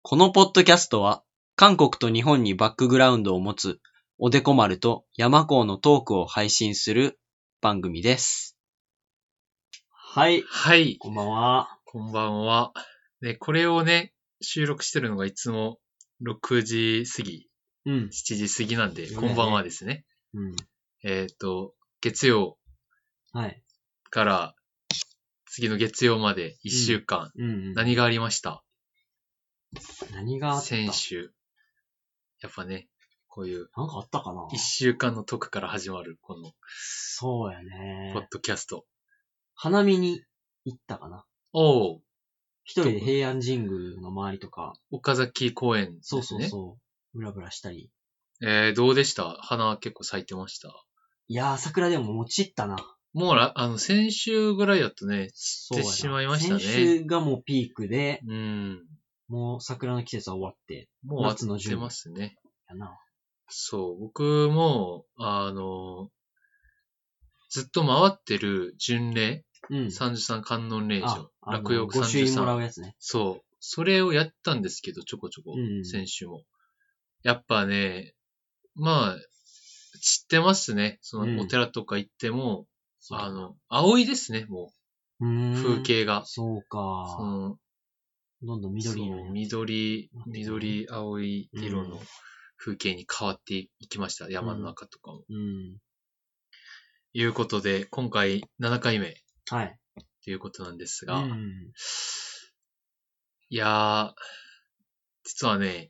このポッドキャストは、韓国と日本にバックグラウンドを持つおでこ丸と山高のトークを配信する番組です。はい。 はい。 こんばんは。 こんばんは。で、これをね、収録してるのがいつも6時過ぎ、7時過ぎなんで、こんばんはですね。月曜から次の月曜まで1週間、何がありました？ 何があった？ 先週。やっぱね、こういう、 なんかあったかな ？1週間のトークから始まる、この、 そうやね。 ポッドキャスト。 花見に行ったかな。 おう。 一人で平安神宮の周りとか。 岡崎公園ですね。 そう。ブラブラしたり。 どうでした？花結構咲いてました？ いやー、桜でももう散ったな。 もう先週ぐらいだとね、散ってしまいましたね。 先週がもうピークで、もう桜の季節は終わって、 もう終わってますね。 やな。 そう、僕も、ずっと回ってる巡礼、33観音霊場、落葉 33。御朱印もらうやつね。 そう。それをやったんですけど、ちょこちょこ、先週も。やっぱね、まあ、散ってますね。その、お寺とか行っても、青いですね、もう。風景が。 そうか。どんどん緑色に。 緑、青い色の風景に変わっていきました。山の中とかも。いうことで、今回7回目。 はい。 ということなんですが。いやー、実はね、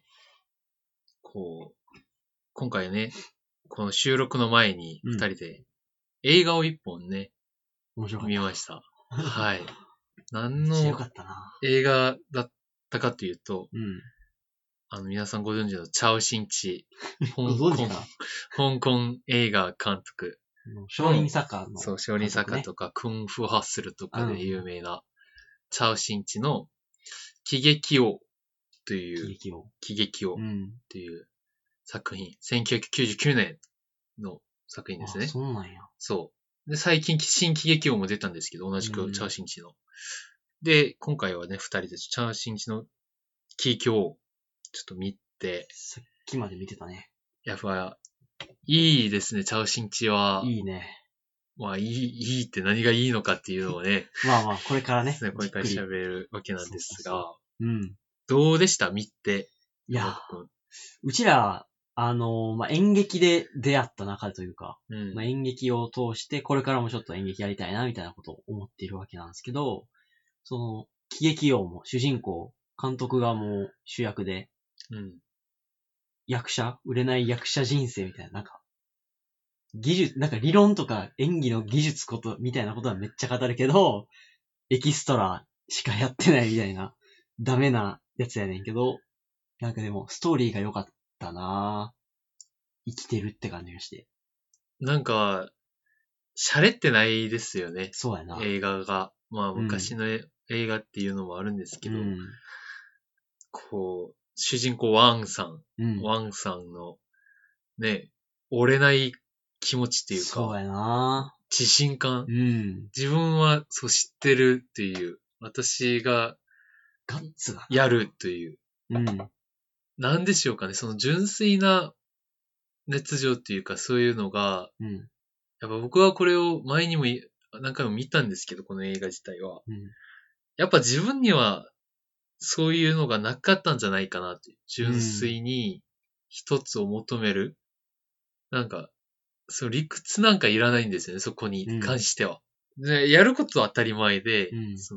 今回ね、この収録の前に2人で映画を1本ね、見ました。はい。何の映画だったかというと、皆さんご存知のチャオシンチ、香港映画監督。 少林サッカーの。 そう、少林サッカーとか、クンフーハッスルとかで有名な、チャオシンチの、喜劇王という、喜劇王という作品、1999年の作品ですね。 そうなんや。 そう。で、最近、新喜劇王も出たんですけど、同じくチャオシンチの。で、今回はね、2人でチャオシンチの喜劇王をちょっと見て。 さっきまで見てたね。 やっぱ、いいですね、チャオシンチは。 いいね。 まあ、いいって何がいいのかっていうのをね。 まあ、これからね。 これから喋るわけなんですが。 そうどうでした？見て。 いや、うちら、演劇で出会った中というか、演劇を通して、これからもちょっと演劇やりたいな、みたいなことを思っているわけなんですけど、その、喜劇王も主人公、監督がもう主役で、売れない役者人生みたいな、なんか理論とか演技の技術みたいなことはめっちゃ語るけど、エキストラしかやってないみたいな、ダメなやつやねんけど、なんかでも、ストーリーが良かったなぁ。生きてるって感じがして。 なんか、洒落ってないですよね。 そうやな。 映画が。まあ、昔の映画っていうのもあるんですけど、主人公ワンさんの、ね、折れない気持ちっていうか、 そうやな自信感、自分はそう知ってるっていう、私がやるという、なんでしょうかね、その純粋な熱情っていうかそういうのが、やっぱ僕はこれを前にも何回も見たんですけど、この映画自体は。やっぱ自分にはそういうのがなかったんじゃないかなって。純粋に一つを求める。なんか、そう理屈なんかいらないんですよね、そこに関しては。で、やることは当たり前で、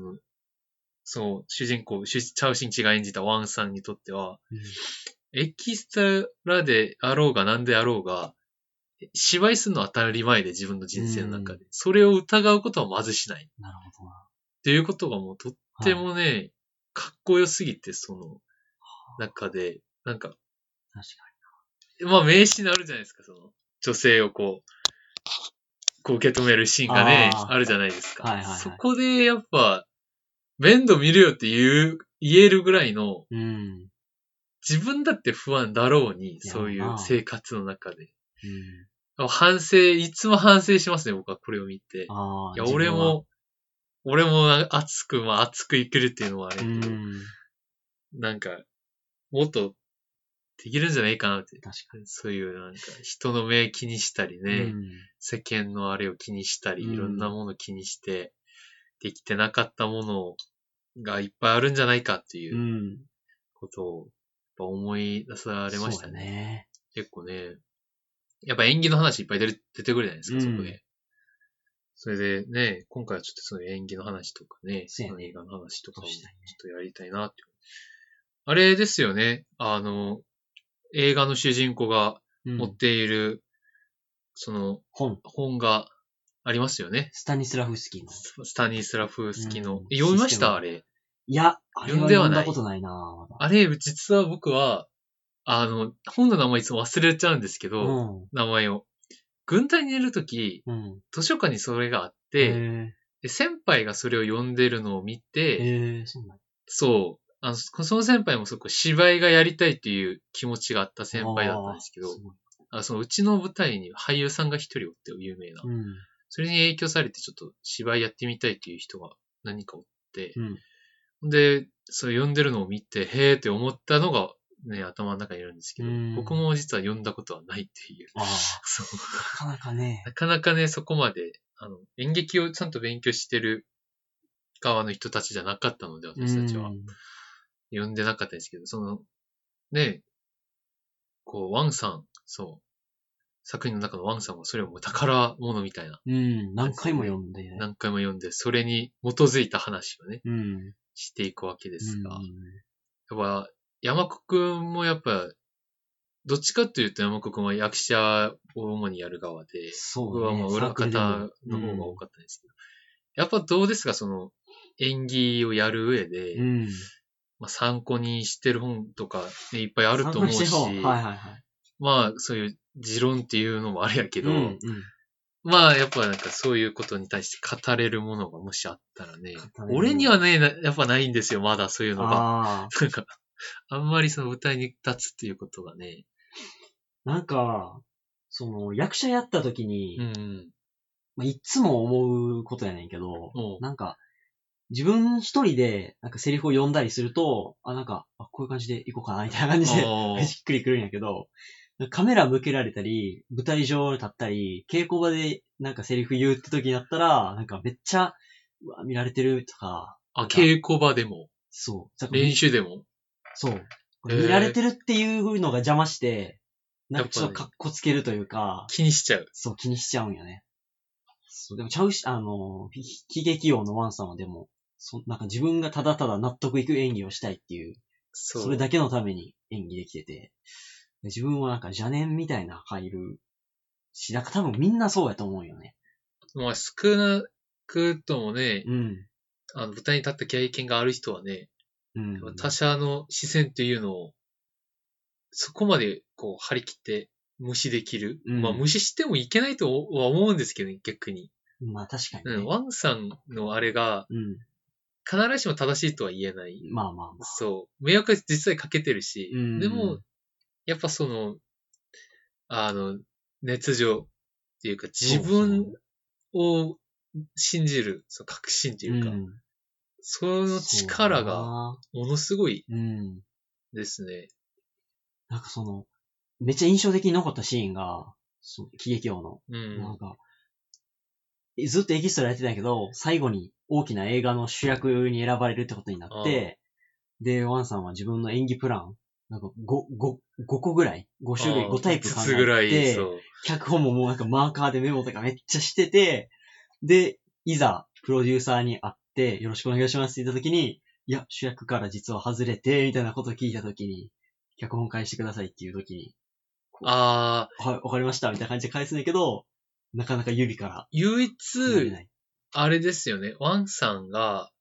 主人公、チャオシンチが演じたワンさんにとっては、エキストラであろうが何であろうが、芝居するのは当たり前で自分の人生の中で。それを疑うことはまずしない。 なるほどな。 っていうことがもうとってもね、かっこよすぎて、その中で、なんか、 確かに。まあ名詞になるじゃないですか、その、女性を受け止めるシーンがね、あるじゃないですか。そこでやっぱ、面倒見るよって言えるぐらいの、自分だって不安だろうに、そういう生活の中で。いつも反省しますね、僕はこれを見て。いや、俺も熱く生きるっていうのはあれけど、なんか、 もっとできるんじゃないかなって。 確かに。 そういうなんか人の目気にしたりね、世間のあれを気にしたり、いろんなもの気にして、できてなかったものがいっぱいあるんじゃないかっていうことをやっぱ思い出されましたね。結構ね、やっぱ演技の話いっぱい出てくるじゃないですか、そこで。それでね、今回はちょっとその演技の話とかね、その映画の話とかをちょっとやりたいなって。あれですよね、映画の主人公が持っている、その本がありますよね。 スタニスラフスキーの。 スタニスラフスキーの。読みましたあれ。 いや、あれは読んだことないな。 あれ、実は僕は、本の名前いつも忘れちゃうんですけど、名前を。軍隊にいるとき、図書館にそれがあって、で、先輩がそれを読んでるのを見て、そう、その先輩もそこ芝居がやりたいっていう気持ちがあった先輩だったんですけど、そのうちの舞台に俳優さんが一人おって有名な。それに影響されてちょっと芝居やってみたいっていう人が何かおって、で、それ読んでるのを見て、へーって思ったのがね、頭の中にいるんですけど、僕も実は読んだことはないっていう。 そう。なかなかね。 なかなかね、そこまで、演劇をちゃんと勉強してる側の人たちじゃなかったので、私たちは。読んでなかったですけど、その、ね、ワンさん、そう。作品の中のワンさんはそれをもう宝物みたいな。 何回も読んで。 何回も読んで、それに基づいた話をね、していくわけですが。やっぱ、山子くんもやっぱ、どっちかっていうと山子くんは役者を主にやる側で、僕はもう裏方の方が多かったんですけど。やっぱどうですか、その演技をやる上で、参考にしてる本とか、ね、いっぱいあると思うし、まあそういう持論っていうのもあれやけど、まあやっぱなんかそういうことに対して語れるものがもしあったらね、俺にはね、やっぱないんですよ、まだそういうのが。なんか、あんまりその舞台に立つっていうことがね。 なんか、その役者やった時に、いつも思うことやねんけど、なんか、自分一人で、なんかセリフを読んだりすると、なんか、こういう感じで行こうかな、みたいな感じで、しっくりくるんやけど、カメラ向けられたり、舞台上立ったり、稽古場でなんかセリフ言うって時になったら、なんかめっちゃ、見られてるとか。 稽古場でも。 そう。 練習でも。 そう。見られてるっていうのが邪魔して、なんかちょっとカッコつけるというか。 気にしちゃう。 そう、気にしちゃうんよね。そう、でもちゃうし、喜劇王のワンさんはでも、なんか自分がただただ納得いく演技をしたいっていう、それだけのために演技できてて、自分はなんか邪念みたいな入るし、なんか多分みんなそうやと思うよね。 まあ少なくともね、舞台に立った経験がある人はね、他者の視線っていうのを、そこまで張り切って無視できる。まあ無視してもいけないとは思うんですけどね、逆に。 まあ確かに、ね。 ワンさんのあれが、必ずしも正しいとは言えない。 まあまあ。 そう。迷惑は実際かけてるし、でも、やっぱその、熱情っていうか、自分を信じる、確信っていうか、その力が、ものすごい、ですね。 なんかめっちゃ印象的に残ったシーンが、喜劇王の、なんか、ずっとエキストラやってたんやけど、最後に大きな映画の主役に選ばれるってことになって、で、ワンさんは自分の演技プラン、なんか5個ぐらい ?5 種類、5タイプ考えて、脚本ももうなんかマーカーでメモとかめっちゃしてて、で、いざプロデューサーに会って、よろしくお願いしますって言った時に、いや、主役から実は外れて、みたいなことを聞いた時に、脚本返してくださいっていう時に、はい、わかりました、みたいな感じで返すんだけど、なかなか指から。 唯一、あれですよね、ワンさんが、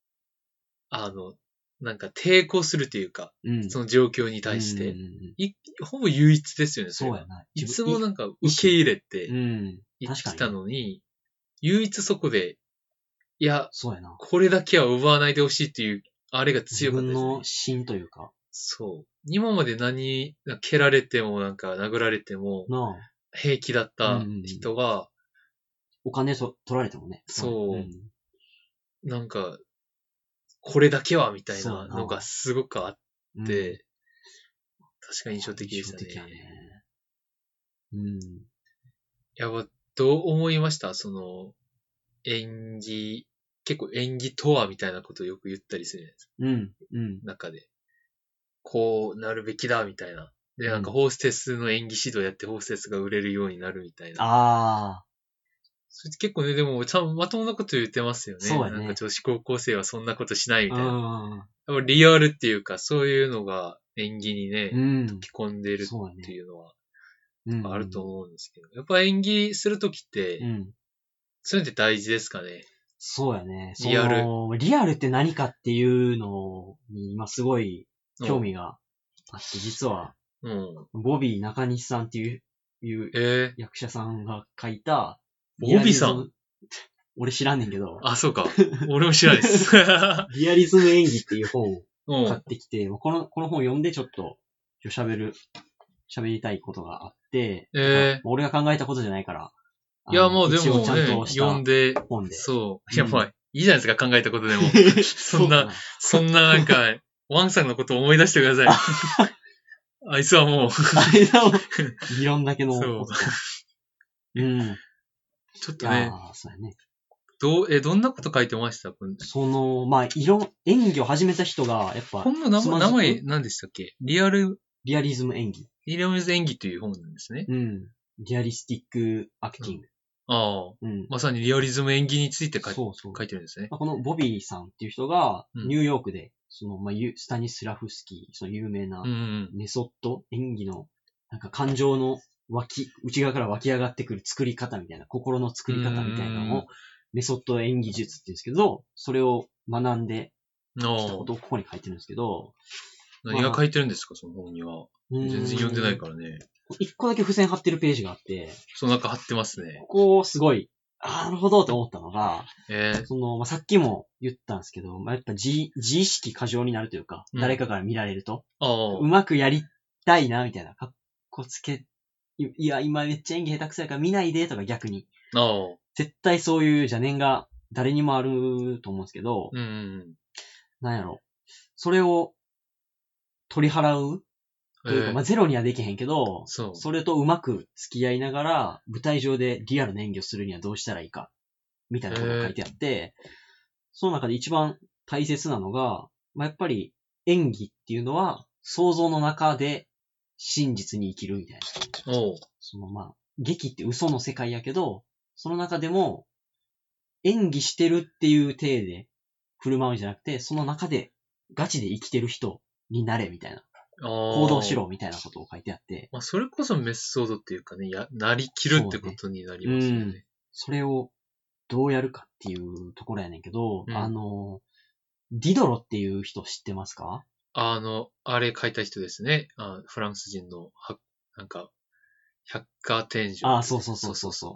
なんか抵抗するというか、その状況に対して、ほぼ唯一ですよね、 そうやな。 いつもなんか受け入れて、言ってたのに、唯一そこで、いや、 そうやな。 これだけは奪わないでほしいっていう、あれが強かったですね。 自分の芯というか。 そう。今まで蹴られてもなんか殴られても、平気だった人が、 お金取られてもね。 そう。なんか、これだけはみたいなのがすごくあって、 確かに印象的でしたね。 印象的やね。うん。いや、どう思いましたその、演技、結構演技とはみたいなことをよく言ったりするじゃないですか。 うん。うん。 中で。こうなるべきだみたいな。で、なんかホーステスの演技指導やってホーステスが売れるようになるみたいな。 ああ。 それ結構ね、でも、ちゃんまともなこと言ってますよね。 そうやね。 なんか女子高校生はそんなことしないみたいな。 うん。 リアルっていうか、そういうのが演技にね、 溶き込んでるっていうのは、あると思うんですけど。 うん、 やっぱ演技するときって、そういうのって大事ですかね。 そうやね。 リアル。 リアルって何かっていうのに今すごい興味があって、実は、ボビー中西さんっていう役者さんが書いた、 ボビーさん俺知らんねんけど。 あ、そうか。俺も知らないです。 リアリズム演技っていう本を買ってきて、この本を読んでちょっと今日喋りたいことがあって、俺が考えたことじゃないから。 いや、もうでもね、読んで、そう。やばい。いいじゃないですか、考えたことでも。そんななんか、ワンさんのことを思い出してください。あいつはもう。 理論だけの。そう。 ちょっとね。 そうやね。 どんなこと書いてました演技を始めた人が、やっぱ。 本の名前何でしたっけリアリズム演技。 リアリズム演技という本なんですね。 リアリスティックアクティング。 まさにリアリズム演技について書いてるんですね。 このボビーさんっていう人が、ニューヨークで、スタニスラフスキー、その有名なメソッド、演技の、なんか感情の内側から湧き上がってくる作り方みたいな、心の作り方みたいなのを、メソッド演技術って言うんですけど、それを学んできたことをここに書いてるんですけど。 何が書いてるんですか、その本には。全然読んでないからね。 一個だけ付箋貼ってるページがあって。 なんか貼ってますね。 ここすごい、なるほどと思ったのが、さっきも言ったんですけど、やっぱ自意識過剰になるというか、誰かから見られると、うまくやりたいな、みたいな、かっこつけ、いや、今めっちゃ演技下手くそやから見ないで、とか逆に。絶対そういう邪念が誰にもあると思うんですけど、なんやろ。それを取り払うというか、ゼロにはできへんけど、それとうまく付き合いながら、舞台上でリアルな演技をするにはどうしたらいいか、みたいなことが書いてあって、その中で一番大切なのが、やっぱり演技っていうのは、想像の中で真実に生きるみたいな。劇って嘘の世界やけど、その中でも、演技してるっていう体で振る舞うんじゃなくて、その中でガチで生きてる人になれみたいな。行動しろみたいなことを書いてあって。 それこそメソードっていうかね、なりきるってことになりますよね。 それをどうやるかっていうところやねんけど、ディドロっていう人知ってますか？ あれ書いた人ですね。フランス人の、なんか、百科天井。 そう。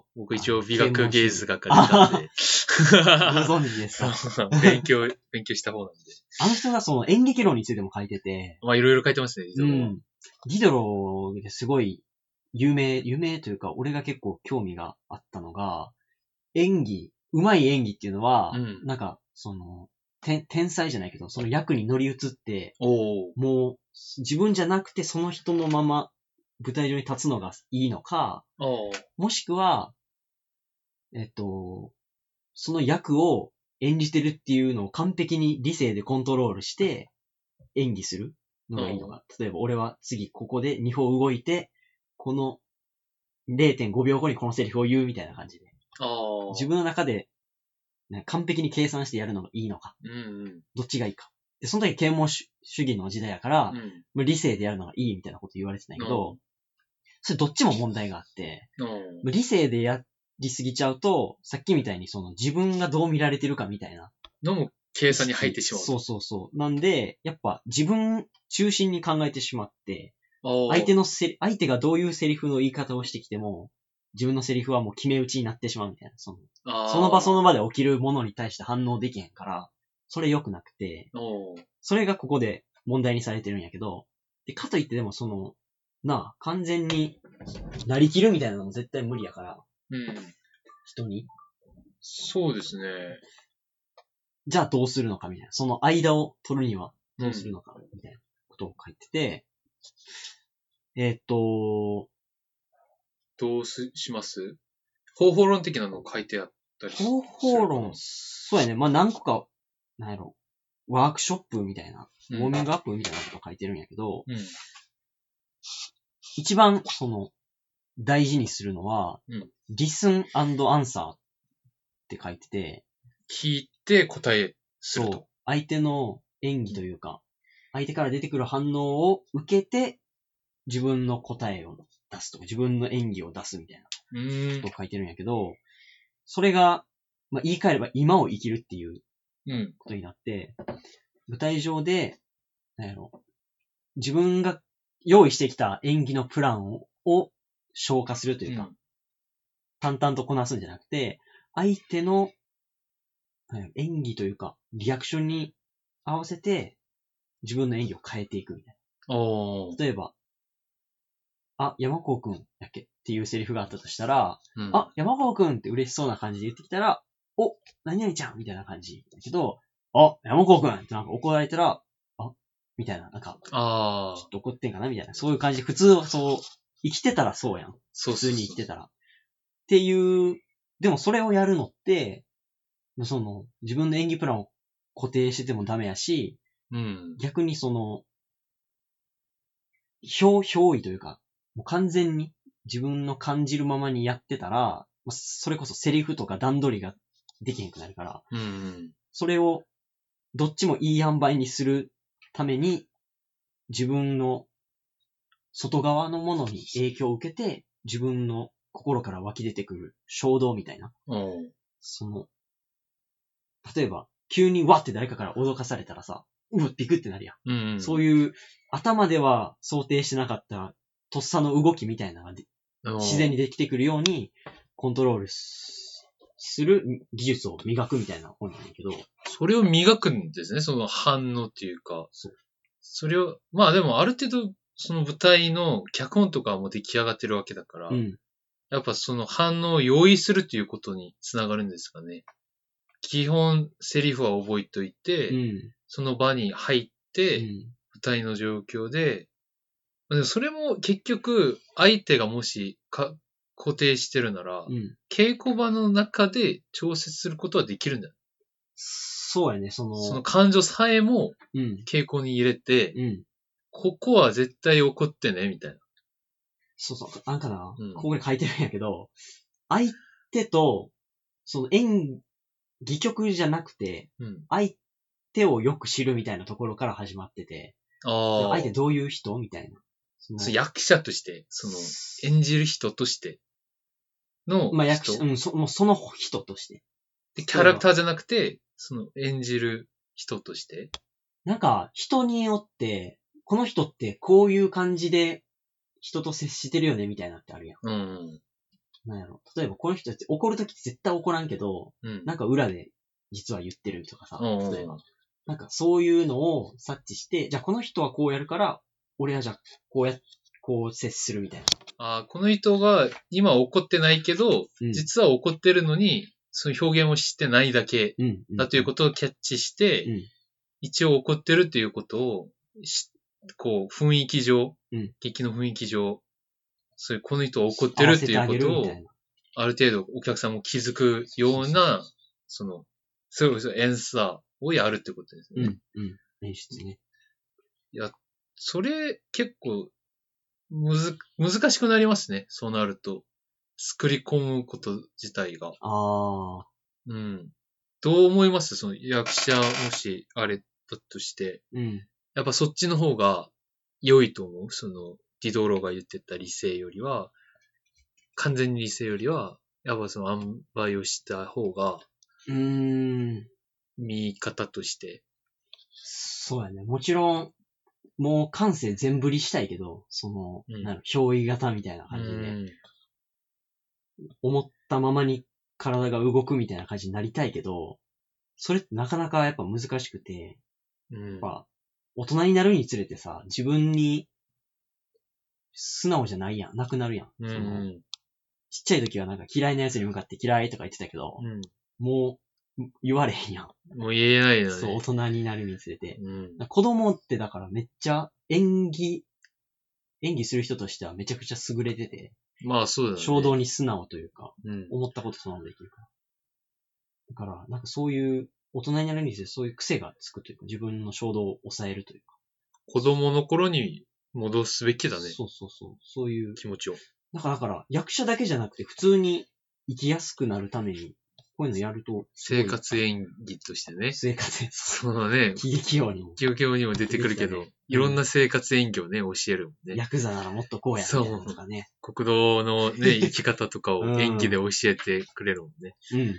僕一応美学芸術学科出たんで。 ご存知ですか？ 勉強した方なんで。 あの人がその演劇論についても書いてて。 いろいろ書いてますね、 ディドロですごい有名というか、俺が結構興味があったのが、うまい演技っていうのは、なんか、天才じゃないけど、その役に乗り移って、もう、自分じゃなくてその人のまま、舞台上に立つのがいいのか、もしくは、その役を演じてるっていうのを完璧に理性でコントロールして演技するのがいいのか。例えば俺は次ここで2歩動いて、この 0.5 秒後にこのセリフを言うみたいな感じで。自分の中で、完璧に計算してやるのがいいのか。どっちがいいか。で、その時啓蒙主義の時代やから、理性でやるのがいいみたいなこと言われてたんやけど、それどっちも問題があって、理性でやりすぎちゃうと、さっきみたいに自分がどう見られてるかみたいな。 のも計算に入ってしまう。 そう。なんで、やっぱ自分中心に考えてしまって、相手がどういうセリフの言い方をしてきても、自分のセリフはもう決め打ちになってしまうみたいな。その場で起きるものに対して反応できへんから、それ良くなくて、それがここで問題にされてるんやけど、で、かといってでも完全になりきるみたいなのも絶対無理やから、人に。 そうですね。 じゃあどうするのかみたいな。その間を取るにはどうするのかみたいなことを書いてて、 どうします方法論的なのを書いてあったりする。 方法論、そうやね。まあ、何個か、なんやろ、ワークショップみたいな、ウォーミングアップみたいなことを書いてるんやけど、一番、大事にするのは、listen and answer って書いてて、 聞いて答えすると。 そう。相手の演技というか、相手から出てくる反応を受けて、自分の答えを出すとか、自分の演技を出すみたいなことを書いてるんやけど、それが、まあ、言い換えれば今を生きるっていうことになって、舞台上で、なんやろ、自分が用意してきた演技のプランを消化するというか、淡々とこなすんじゃなくて、相手の演技というか、リアクションに合わせて自分の演技を変えていくみたいな。例えば、あ、山高くんやっけっていうセリフがあったとしたら、あ、山高くんって嬉しそうな感じで言ってきたら、お、何々ちゃんみたいな感じだけど、あ、山高くんってなんか怒られたら、あ、みたいな、なんか、ちょっと怒ってんかなみたいな、そういう感じで、普通はそう、生きてたらそうやん。普通に生きてたら。っていう、でもそれをやるのって、自分の演技プランを固定しててもダメやし、逆に憑依というか、もう完全に自分の感じるままにやってたら、それこそセリフとか段取りができへんくなるから、それをどっちもいい塩梅にするために、自分の外側のものに影響を受けて、自分の心から湧き出てくる衝動みたいな。例えば、急にわって誰かから脅かされたらさ、ビクってなるやん。そういう頭では想定してなかったとっさの動きみたいなのが自然にできてくるようにコントロールする技術を磨くみたいな本なんだけど。 それを磨くんですね、その反応っていうか。それを、まあでもある程度その舞台の脚本とかも出来上がってるわけだから、やっぱその反応を用意するということにつながるんですかね。基本セリフは覚えといて、その場に入って、舞台の状況で、それも結局相手がもし固定してるなら、稽古場の中で調節することはできるんだよ。 そうやね、 その感情さえも稽古に入れて、ここは絶対怒ってね、みたいな。 そうそう。なんかな、ここに書いてるんやけど、相手と、戯曲じゃなくて、相手をよく知るみたいなところから始まってて、相手どういう人みたいな。 役者として、演じる人としての人。 まあもうその人として。 で、キャラクターじゃなくて、演じる人として。 なんか、人によって、この人ってこういう感じで人と接してるよねみたいなってあるやん。なんやろ。例えばこの人って怒るときって絶対怒らんけど、なんか裏で実は言ってるとかさ、例えば。なんかそういうのを察知して、じゃあこの人はこうやるから、俺はじゃあこう接するみたいな。この人が今怒ってないけど、実は怒ってるのに、その表現を知ってないだけだということをキャッチして、一応怒ってるということを、雰囲気上、劇の雰囲気上、この人は怒ってるっていうことを、ある程度お客さんも気づくような、演出をやるってことですね。 演出ね。 いや、それ結構、難しくなりますね。そうなると。作り込むこと自体が。どう思いますその役者、もし、あれだとして。やっぱそっちの方が良いと思うディドーロが言ってた理性よりは、完全に理性よりは、やっぱ塩梅をした方が、見方として。 そうやね。もちろん、もう感性全振りしたいけど、憑依型みたいな感じで、思ったままに体が動くみたいな感じになりたいけど、それってなかなかやっぱ難しくて、やっぱ大人になるにつれてさ、自分に素直じゃないやん、なくなるやん。ちっちゃい時はなんか嫌いなやつに向かって嫌いとか言ってたけど、もう言われへんやん。 もう言えないよね。 そう、大人になるにつれて。子供ってだからめっちゃ演技演技する人としてはめちゃくちゃ優れてて、 まあそうだね。 衝動に素直というか、 うん。 思ったことそのままできるから。だから、なんかそういう、大人になるにつれそういう癖がつくというか、自分の衝動を抑えるというか。 子供の頃に戻すべきだね。 そうそうそう。そういう。 気持ちを。 だから役者だけじゃなくて、普通に生きやすくなるために、こういうのやると。 生活演技としてね。 生活演技。 そうね。 喜劇王にも。 喜劇王にも出てくるけど、ね、いろんな生活演技をね、教えるもんね。 ヤクザならもっとこうやみたいなとかね。 国道のね、生き方とかを演技で教えてくれるもんね。 うんうんうん。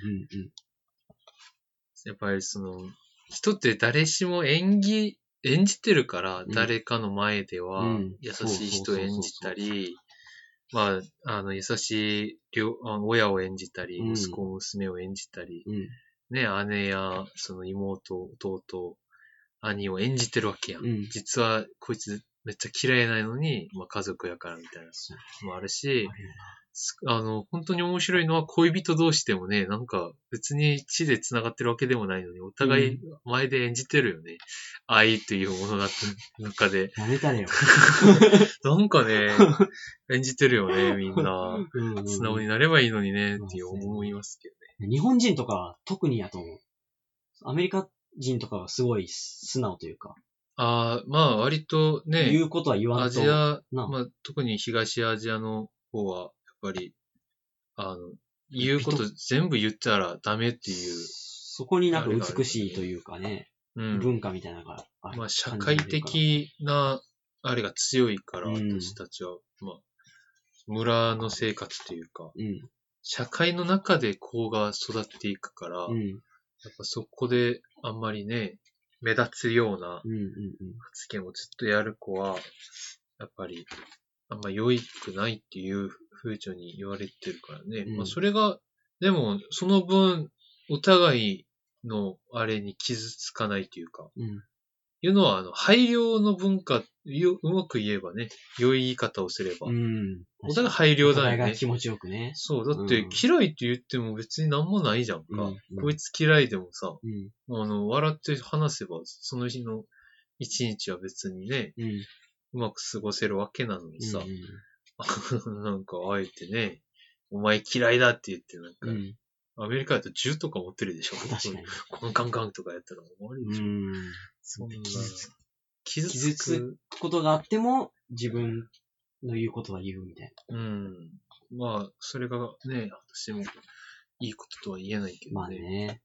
やっぱり人って誰しも演じてるから、誰かの前では優しい人を演じたり、まあ、優しい親を演じたり、息子、娘を演じたり、ね、姉や、妹、弟、兄を演じてるわけやん。実は、こいつめっちゃ嫌いなのに、まあ家族やからみたいなのもあるし、本当に面白いのは恋人同士でもね、なんか別に血で繋がってるわけでもないのに、お互い前で演じてるよね。愛というものの中で。 やめたれよ。 なんかね、演じてるよね、みんな。素直になればいいのにね、って思いますけどね。日本人とか特にやと思う。アメリカ人とかはすごい素直というか。 まあ割とね、 言うことは言わんと。 まあ特に東アジアの方は、やっぱり、言うこと全部言ったらダメっていう。 そこになんか美しいというかね、文化みたいなのがある。 まあ社会的な、あれが強いから、私たちは、まあ、村の生活というか、社会の中で子が育っていくから、やっぱそこであんまりね、目立つような発言をずっとやる子は、やっぱり、あんま良くないっていう風潮に言われてるからね。まあそれが、でもその分、お互いのあれに傷つかないというか、いうのは、配慮の文化、うまく言えばね、良い言い方をすれば、お互い配慮だよね。お互いが気持ちよくね。 そう、だって嫌いって言っても別になんもないじゃんか。こいつ嫌いでもさ、笑って話せば、その日の一日は別にね、うまく過ごせるわけなのにさ、なんかあえてね、お前嫌いだって言ってなんか、アメリカだと銃とか持ってるでしょ。 確かに。 コンカンカンとかやったら終わりでしょ。そんな傷つくことがあっても、自分の言うことは言うみたいな。まあ、それがね、私もいいこととは言えないけどね。 まあね。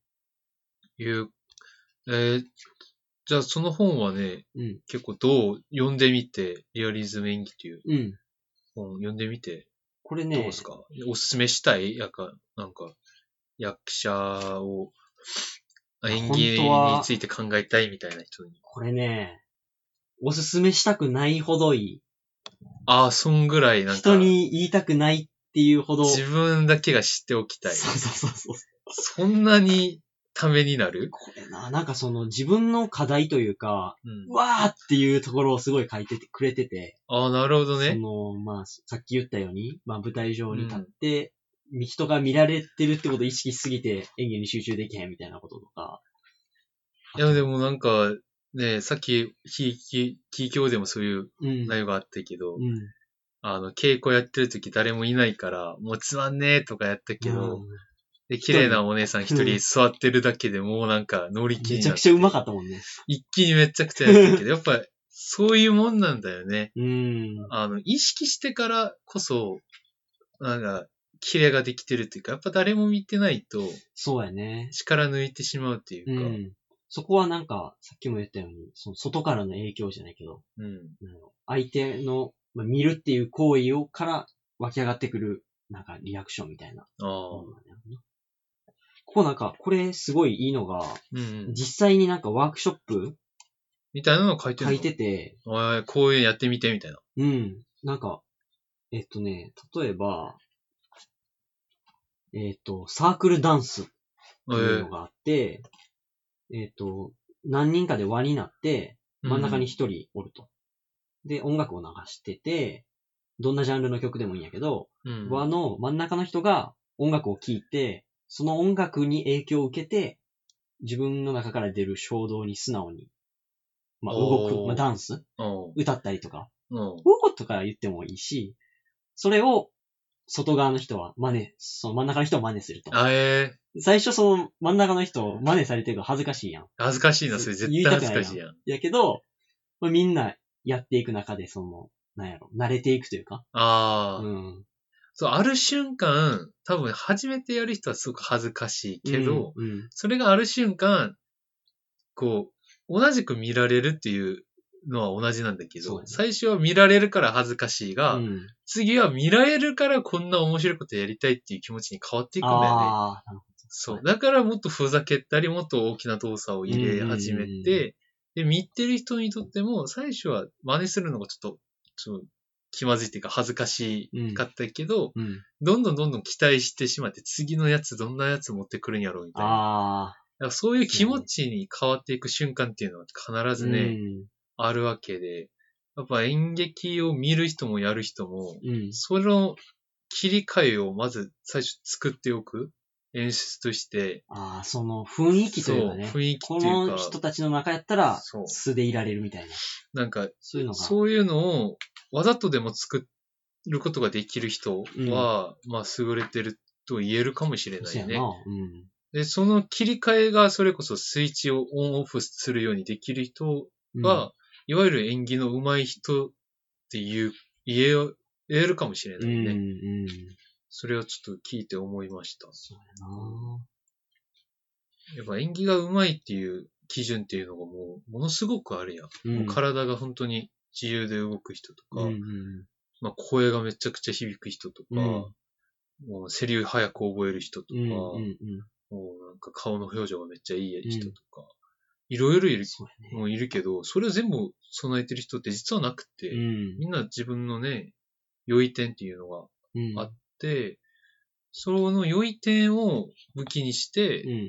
じゃあその本はね、結構どう読んでみて、リアリズム演技という本読んでみて、 これね、 どうですか？おすすめしたいなんか、役者を、演技について考えたいみたいな人に。 これね、おすすめしたくないほどいい。 そんぐらいなんか。 人に言いたくないっていうほど。 自分だけが知っておきたい。 そう。 そんなにためになる？ これな、なんか自分の課題というか、わーっていうところをすごい書いてくれてて。 なるほどね。 まあ、さっき言ったように、まあ舞台上に立って、人が見られてるってことを意識しすぎて演技に集中できへんみたいなこととか。 いや、でもなんか、ね、さっき、キー教でもそういう内容があったけど、稽古やってる時誰もいないから、もうつまんねえとかやったけど、で、綺麗なお姉さん一人座ってるだけでもうなんか乗り気になって。 めちゃくちゃうまかったもんね。 一気にめちゃくちゃやったけど、やっぱそういうもんなんだよね。意識してからこそ、なんか、キレができてるっていうか、やっぱ誰も見てないと、 そうやね。 力抜いてしまうっていうか。 そこはなんか、さっきも言ったように、外からの影響じゃないけど、相手の、見るっていう行為から湧き上がってくる、なんかリアクションみたいな。これすごいいいのが、実際になんかワークショップみたいなの書いてるの？ 書いてて、 こういうやってみてみたいな。 なんか、例えば、サークルダンスっていうのがあって、何人かで輪になって、真ん中に一人おると。で、音楽を流してて、どんなジャンルの曲でもいいんやけど、輪の真ん中の人が音楽を聴いて、その音楽に影響を受けて、自分の中から出る衝動に素直に、動く、ダンス歌ったりとか、 とか言ってもいいし、それを外側の人はその真ん中の人を真似すると。最初その真ん中の人を真似されてるから恥ずかしいやん。 恥ずかしいな、それ絶対恥ずかしいやん。 やけど、みんなやっていく中で、慣れていくというか。 そう、ある瞬間、多分初めてやる人はすごく恥ずかしいけど、それがある瞬間、こう、同じく見られるっていうのは同じなんだけど、最初は見られるから恥ずかしいが、次は見られるからこんな面白いことやりたいっていう気持ちに変わっていくんだよね。そう。だからもっとふざけたり、もっと大きな動作を入れ始めて、で、見てる人にとっても、最初は真似するのがちょっと気まずいっていうか恥ずかしかったけど、どんどん期待してしまって、次のやつどんなやつ持ってくるんやろうみたいな。だからそういう気持ちに変わっていく瞬間っていうのは必ずね、あるわけで、やっぱ演劇を見る人もやる人も、その切り替えをまず最初作っておく。演出として。 その雰囲気というかね。 そう、雰囲気っていうか。 この人たちの中やったら、素でいられるみたいな。 なんか、そういうのをわざとでも作ることができる人は、まあ優れてると言えるかもしれないね。で、その切り替えがそれこそスイッチをオンオフするようにできる人は、いわゆる演技の上手い人って言えるかもしれないね。それはちょっと聞いて思いました。 そうやな。 やっぱ演技が上手いっていう基準っていうのがものすごくあるやん。もう体が本当に自由で動く人とか、まあ声がめちゃくちゃ響く人とか、もうセリフ早く覚える人とか、もうなんか顔の表情がめっちゃいい人とか、いろいろいるけど、それを全部備えてる人って実はなくて、みんな自分のね、良い点っていうのがあって、その良い点を武器にして、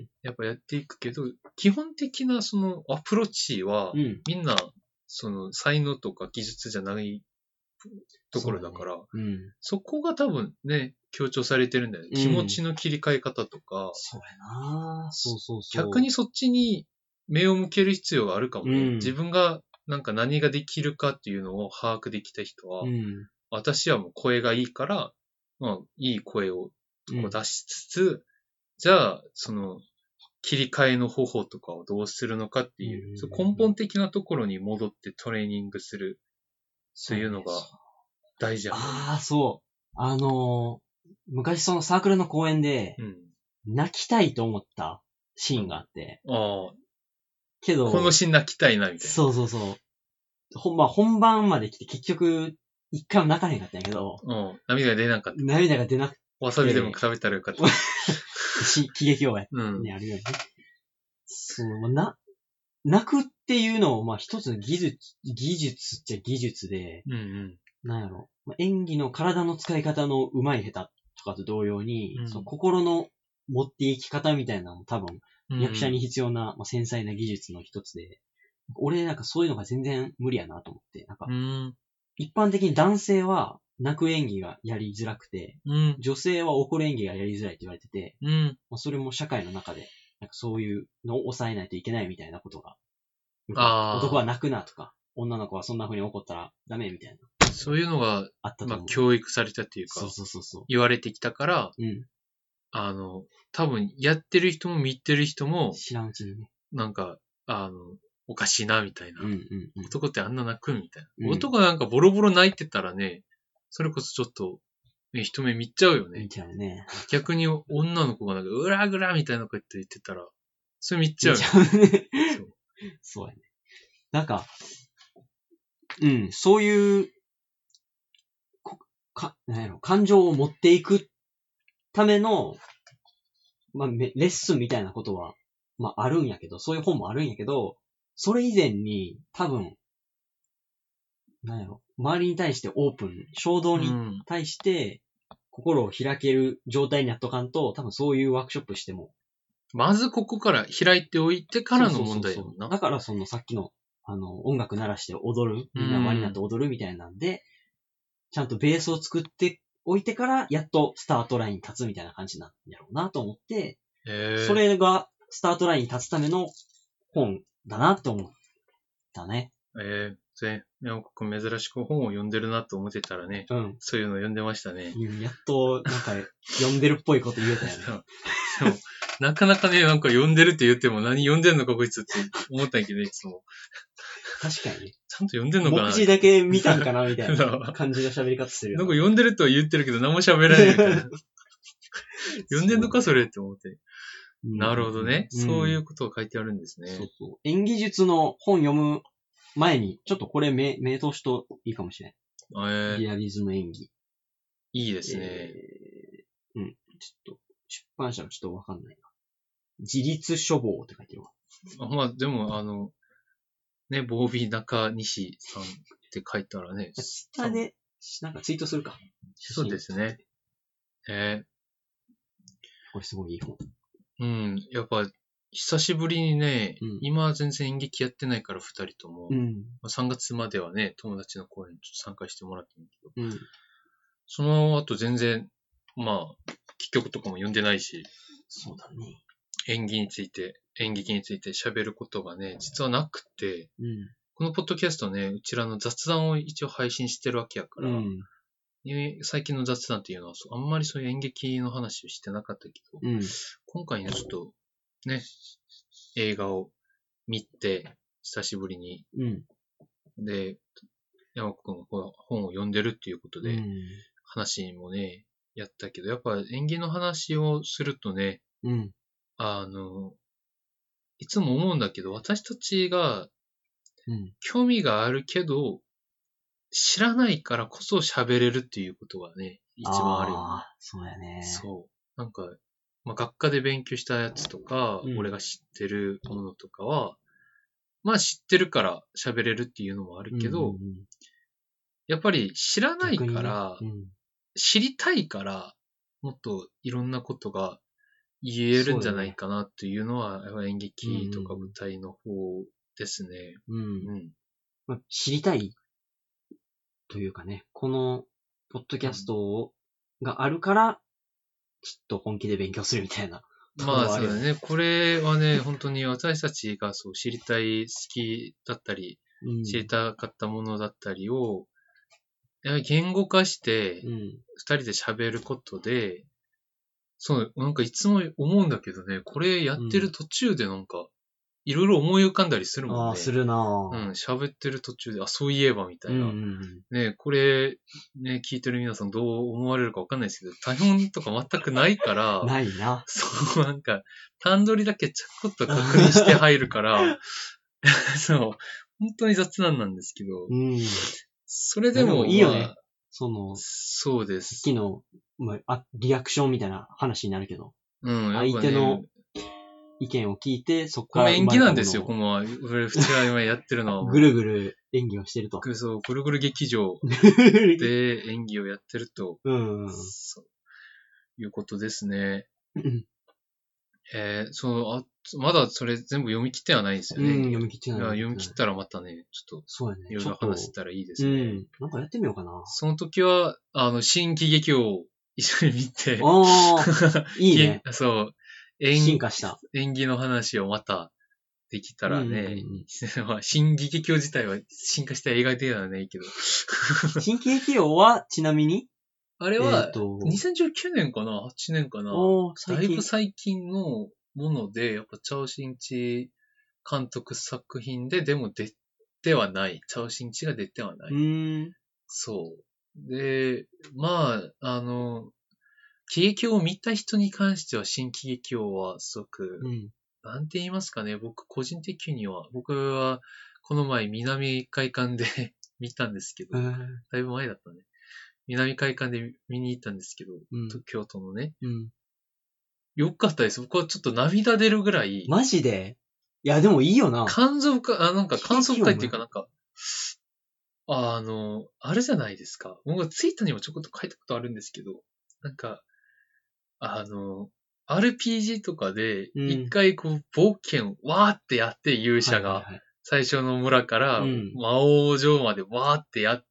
やっぱやっていくけど、基本的なそのアプローチは、みんな、その才能とか技術じゃないところだから、そこが多分ね、強調されてるんだよね。気持ちの切り替え方とか。 そうやな。 逆にそっちに目を向ける必要があるかもね。自分がなんか何ができるかっていうのを把握できた人は、私はもう声がいいから、まあ、いい声を出しつつ、じゃあ、その、切り替えの方法とかをどうするのかっていう、根本的なところに戻ってトレーニングするというのが大事だね。 そう。昔そのサークルの公演で、泣きたいと思ったシーンがあって。けど、 このシーン泣きたいな、みたいな。 そう。本番まで来て結局、一回も泣かへんかったんやけど。 涙が出なかった。 涙が出なくて。 わさびでも食べたらよかった。 喜劇王やにあるよね。泣くっていうのを、まあ一つの技術っちゃ技術で、なんやろ。演技の体の使い方の上手い下手とかと同様に、その心の持っていき方みたいなのも多分、役者に必要な、繊細な技術の一つで、俺なんかそういうのが全然無理やなと思って、なんか、一般的に男性は泣く演技がやりづらくて、女性は怒る演技がやりづらいって言われてて、それも社会の中で、なんかそういうのを抑えないといけないみたいなことが、男は泣くなとか、女の子はそんな風に怒ったらダメみたいな。 そういうのが、教育されたっていうか、言われてきたから、多分やってる人も見てる人も、 知らんうちにね。 なんか、おかしいな、みたいな。男ってあんな泣くみたいな。男なんかボロボロ泣いてたらね、それこそちょっと、一目見ちゃうよね。 見ちゃうね。 逆に女の子がなんか、うらぐらみたいなこと言ってたら、それ見ちゃうよね。そうやね。なんか、そういう、なんやろ、感情を持っていくための、レッスンみたいなことは、あるんやけど、そういう本もあるんやけど、それ以前に、多分、なんやろ、周りに対してオープン、衝動に対して、心を開ける状態になっとかんと、多分そういうワークショップしても。 まずここから開いておいてからの問題だもんな。 だからさっきの、音楽鳴らして踊る、みんな輪になって踊るみたいなんで、ちゃんとベースを作っておいてから、やっとスタートラインに立つみたいな感じなんやろうなと思って、それがスタートラインに立つための本だなと思ったね。 山岡くん珍しく本を読んでるなと思ってたらね、 うん。 そういうの読んでましたね。 やっと、なんか、読んでるっぽいこと言えたよね。 そう。でも、なかなかね、なんか読んでるって言っても何読んでんのかこいつって思ったんやけど、いつも。 確かにね。 ちゃんと読んでんのかな目次だけ見たんかなみたいな感じの喋り方するよ。 なんか読んでるとは言ってるけど何も喋らないみたいな。読んでんのかそれって思って。なるほどね。そういうことが書いてあるんですね。 そうそう。演技術の本読む前に、ちょっとこれ目通しといいかもしれない。リアリズム演技。 いいですね。 ちょっと、出版社はちょっとわかんないな。自立書房って書いてるわ。 まあ、でも、ね、ボービー中西さんって書いたらね。 下で、なんかツイートするか。 そうですね。 これすごいいい本。 うん。やっぱ、久しぶりにね、今は全然演劇やってないから二人とも、3月まではね、友達の公演に参加してもらったんだけど、その後全然、まあ、戯曲とかも読んでないし、 そうだね。 演劇について喋ることがね、実はなくて、このポッドキャストね、うちらの雑談を一応配信してるわけやから、最近の雑談っていうのは、あんまりそういう演劇の話をしてなかったけど、今回ね、ちょっと、ね、映画を見て、久しぶりに、で、山子くんが本を読んでるっていうことで、話もね、やったけど、やっぱ演技の話をするとね、いつも思うんだけど、私たちが、興味があるけど、知らないからこそ喋れるっていうことがね、一番あるよね。 そうやね。 そう。なんか、まあ、学科で勉強したやつとか、俺が知ってるものとかは、まあ知ってるから喋れるっていうのもあるけど、やっぱり知らないから、知りたいから、もっといろんなことが言えるんじゃないかなっていうのは、やっぱ演劇とか舞台の方ですね。 まあ、知りたいというかね、このポッドキャストがあるから、ちょっと本気で勉強するみたいな。 まあそうだね。これはね、本当に私たちがそう知りたい、好きだったり、知りたかったものだったりを、やはり言語化して、二人で喋ることで、そう、なんかいつも思うんだけどね、これやってる途中でなんか、いろいろ思い浮かんだりするもんね。 するなぁ。喋ってる途中で、そういえばみたいな。ね、これ、ね、聞いてる皆さんどう思われるかわかんないですけど、台本とか全くないから、 ないな。 そう、なんか、単撮りだけちょこっと確認して入るから、そう、本当に雑談なんですけど、それでも、 いいよね。 そうです。 さっきの、リアクションみたいな話になるけど、 相手の意見を聞いて、そこから演技なんですよ、この、普通は今やってるのは。 ぐるぐる演技をしてると。 そう、ぐるぐる劇場で演技をやってると。そういうことですね。まだそれ全部読み切ってはないですよね。 読み切ってない。 読み切ったらまたね、ちょっと、いろいろ話せたらいいですね。 なんかやってみようかな。 その時は、新喜劇を一緒に見て、 いいね。 そう。 進化した。 演技の話をまたできたらね、新喜劇王自体は進化した映画ではないけど。 新喜劇王はちなみにあれは、2019年かな ?8 年かなだいぶ最近のもので、やっぱチャオシンチ監督作品で、でも出てはない。チャオシンチが出てはない。そう。で、まあ、喜劇を見た人に関しては、新喜劇王はすごく、なんて言いますかね、僕は、この前南海館で見たんですけど、だいぶ前だったね。南海館で見に行ったんですけど、京都のね。よかったです。僕はちょっと涙出るぐらい。 マジで？いや、でもいいよな。 感想会っていうかなんか、あれじゃないですか。僕はツイッターにもちょこっと書いたことあるんですけど、なんか、RPG とかで、一回こう、冒険、わーってやって、勇者が、最初の村から、魔王城までわーってやって、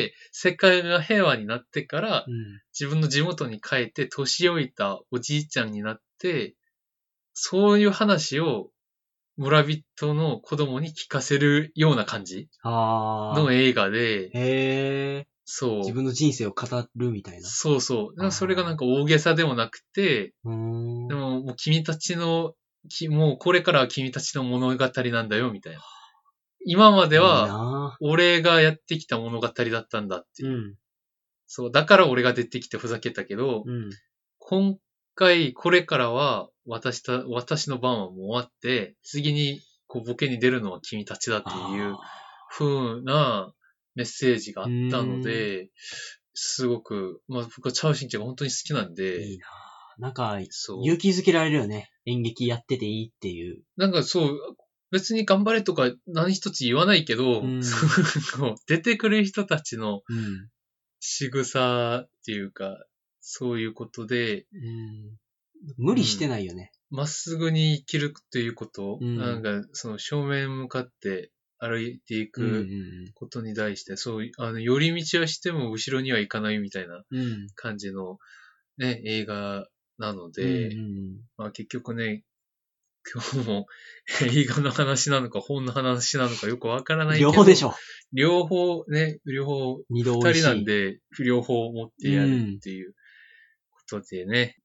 世界が平和になってから、自分の地元に帰って、年老いたおじいちゃんになって、そういう話を、 村人の子供に聞かせるような感じの映画で、そう。 自分の人生を語るみたいな。 そうそう。それがなんか大げさでもなくて、でももう君たちの、もうこれからは君たちの物語なんだよ、みたいな。今までは、俺がやってきた物語だったんだっていう。そう。だから俺が出てきてふざけたけど、今回、これからは、私の番はもう終わって、次に、こう、ボケに出るのは君たちだっていう風なメッセージがあったので、すごく、まあ僕はチャオシンチが本当に好きなんで。 いいななんか、勇気づけられるよね。演劇やってていいっていう。 なんかそう、別に頑張れとか何一つ言わないけど、出てくる人たちの仕草っていうか、そういうことで、 無理してないよね。 まっすぐに生きるということ、なんかその正面向かって歩いていくことに対して、そういう、寄り道はしても後ろには行かないみたいな感じのね、映画なので、まあ結局ね、今日も映画の話なのか本の話なのかよくわからないけど。 両方でしょ。 両方、二人なんで両方持ってやるっていうことでね。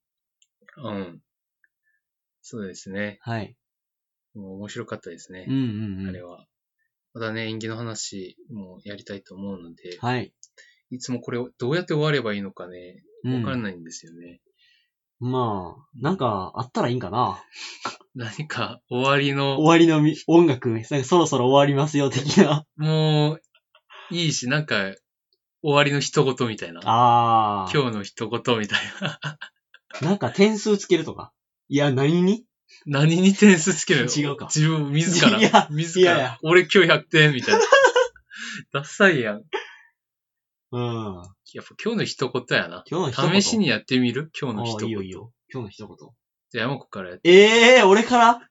そうですね。 はい。 もう面白かったですね。あれは。またね、演技の話もやりたいと思うので。 はい。 いつもこれをどうやって終わればいいのかね、わからないんですよね。 まあ、なんかあったらいいんかな。 何か終わりの音楽、そろそろ終わりますよ的な。 もう、いいし、なんか、終わりの一言みたいな。今日の一言みたいな。 なんか点数つけるとか。いや、何に点数つけるの？ 違うか。 自分、自ら。俺今日100点みたいな。ダッサいやん。やっぱ今日の一言やな。試しにやってみる？今日の一言。 いいよ。今日の一言。 じゃあ山子からやって。 俺から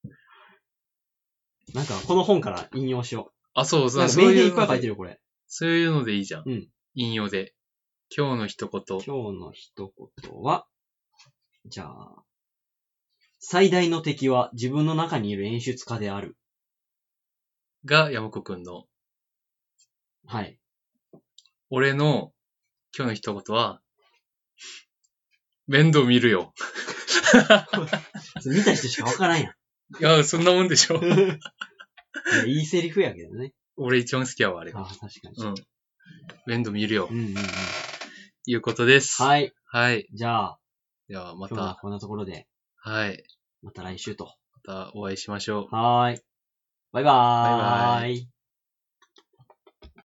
なんか、この本から引用しよう。そうそう。 そういう。いっぱい書いてるよ、これ。 そういうのでいいじゃん。引用で。今日の一言。 今日の一言は、じゃあ、最大の敵は自分の中にいる演出家である。 が、山子くんの。 はい。 俺の今日の一言は、面倒見るよ。 見た人しかわからんやん。 いや、そんなもんでしょ。 いいセリフやけどね。 俺一番好きやわ、あれ。 確かに。 面倒見るよ。いうことです。 はい。 はい。 じゃあ、 また。 今日はこんなところで。 はい。 また来週と。 またお会いしましょう。 はい。バイバーイ。バイバーイ。